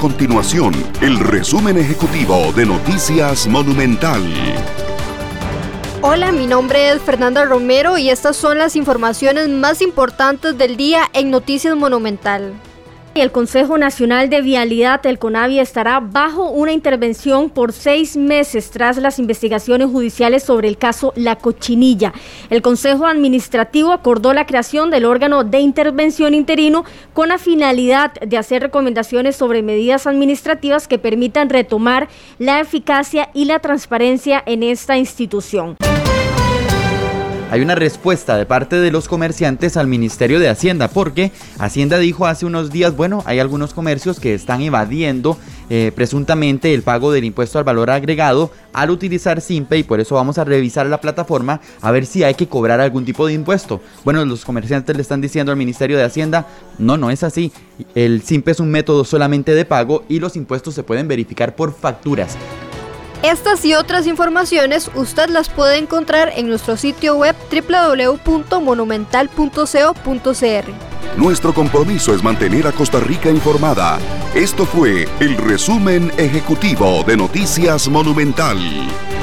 continuación el resumen ejecutivo de Noticias Monumental. Hola, mi nombre es Fernanda Romero y estas son las informaciones más importantes del día en Noticias Monumental. El Consejo Nacional de Vialidad, el CONAVI, estará bajo una intervención por 6 meses tras las investigaciones judiciales sobre el caso La Cochinilla. El Consejo Administrativo acordó la creación del órgano de intervención interino con la finalidad de hacer recomendaciones sobre medidas administrativas que permitan retomar la eficacia y la transparencia en esta institución. Hay una respuesta de parte de los comerciantes al Ministerio de Hacienda, porque Hacienda dijo hace unos días, hay algunos comercios que están evadiendo presuntamente el pago del impuesto al valor agregado al utilizar Simpe, y por eso vamos a revisar la plataforma a ver si hay que cobrar algún tipo de impuesto. Los comerciantes le están diciendo al Ministerio de Hacienda, no es así. El Simpe es un método solamente de pago y los impuestos se pueden verificar por facturas. Estas y otras informaciones usted las puede encontrar en nuestro sitio web www.monumental.co.cr. Nuestro compromiso es mantener a Costa Rica informada. Esto fue el resumen ejecutivo de Noticias Monumental.